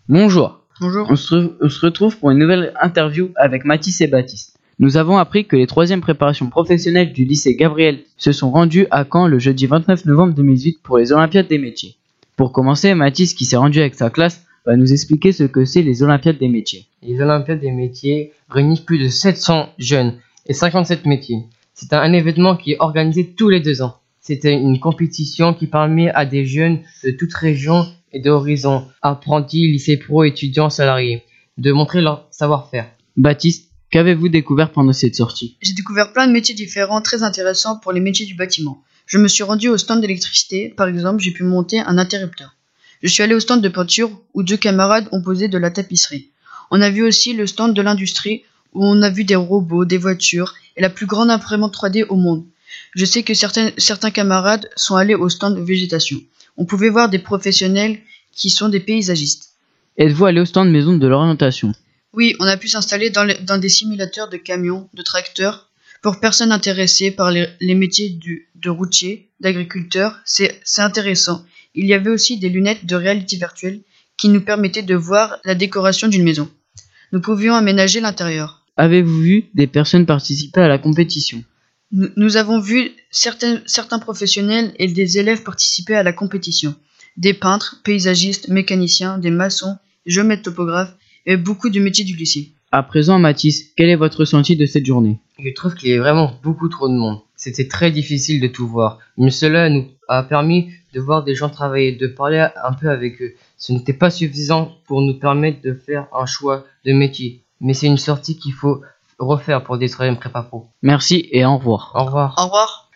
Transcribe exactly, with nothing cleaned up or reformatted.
Bonjour, Bonjour. on se, re- on se retrouve pour une nouvelle interview avec Mathis et Baptiste. Nous avons appris que les troisièmes préparations professionnelles du lycée Gabriel se sont rendues à Caen le jeudi vingt-neuf novembre deux mille dix-huit pour les Olympiades des métiers. Pour commencer, Mathis, qui s'est rendu avec sa classe, va nous expliquer ce que c'est les Olympiades des métiers. Les Olympiades des métiers réunissent plus de sept cents jeunes et cinquante-sept métiers. C'est un événement qui est organisé tous les deux ans. C'était une compétition qui permet à des jeunes de toutes régions et d'horizons, apprentis, lycées pro, étudiants, salariés, de montrer leur savoir-faire. Baptiste, qu'avez-vous découvert pendant cette sortie? J'ai découvert plein de métiers différents très intéressants pour les métiers du bâtiment. Je me suis rendu au stand d'électricité, par exemple, j'ai pu monter un interrupteur. Je suis allé au stand de peinture où deux camarades ont posé de la tapisserie. On a vu aussi le stand de l'industrie où on a vu des robots, des voitures et la plus grande imprimante trois D au monde. Je sais que certains, certains camarades sont allés au stand de végétation. On pouvait voir des professionnels qui sont des paysagistes. Êtes-vous allé au stand maison de l'orientation? Oui, on a pu s'installer dans, les- dans des simulateurs de camions, de tracteurs. Pour personnes intéressées par les, les métiers du, de routier, d'agriculteur, c'est c'est intéressant. Il y avait aussi des lunettes de réalité virtuelle qui nous permettaient de voir la décoration d'une maison. Nous pouvions aménager l'intérieur. Avez-vous vu des personnes participer à la compétition? Nous, nous avons vu certains, certains professionnels et des élèves participer à la compétition. Des peintres, paysagistes, mécaniciens, des maçons, géomètres topographes et beaucoup de métiers du lycée. À présent, Mathis, quel est votre ressenti de cette journée? Je trouve qu'il y a vraiment beaucoup trop de monde. C'était très difficile de tout voir, mais cela nous a permis de voir des gens travailler, de parler un peu avec eux. Ce n'était pas suffisant pour nous permettre de faire un choix de métier, mais c'est une sortie qu'il faut refaire pour des troisièmes prépa pro. Merci et au revoir. Au revoir. Au revoir.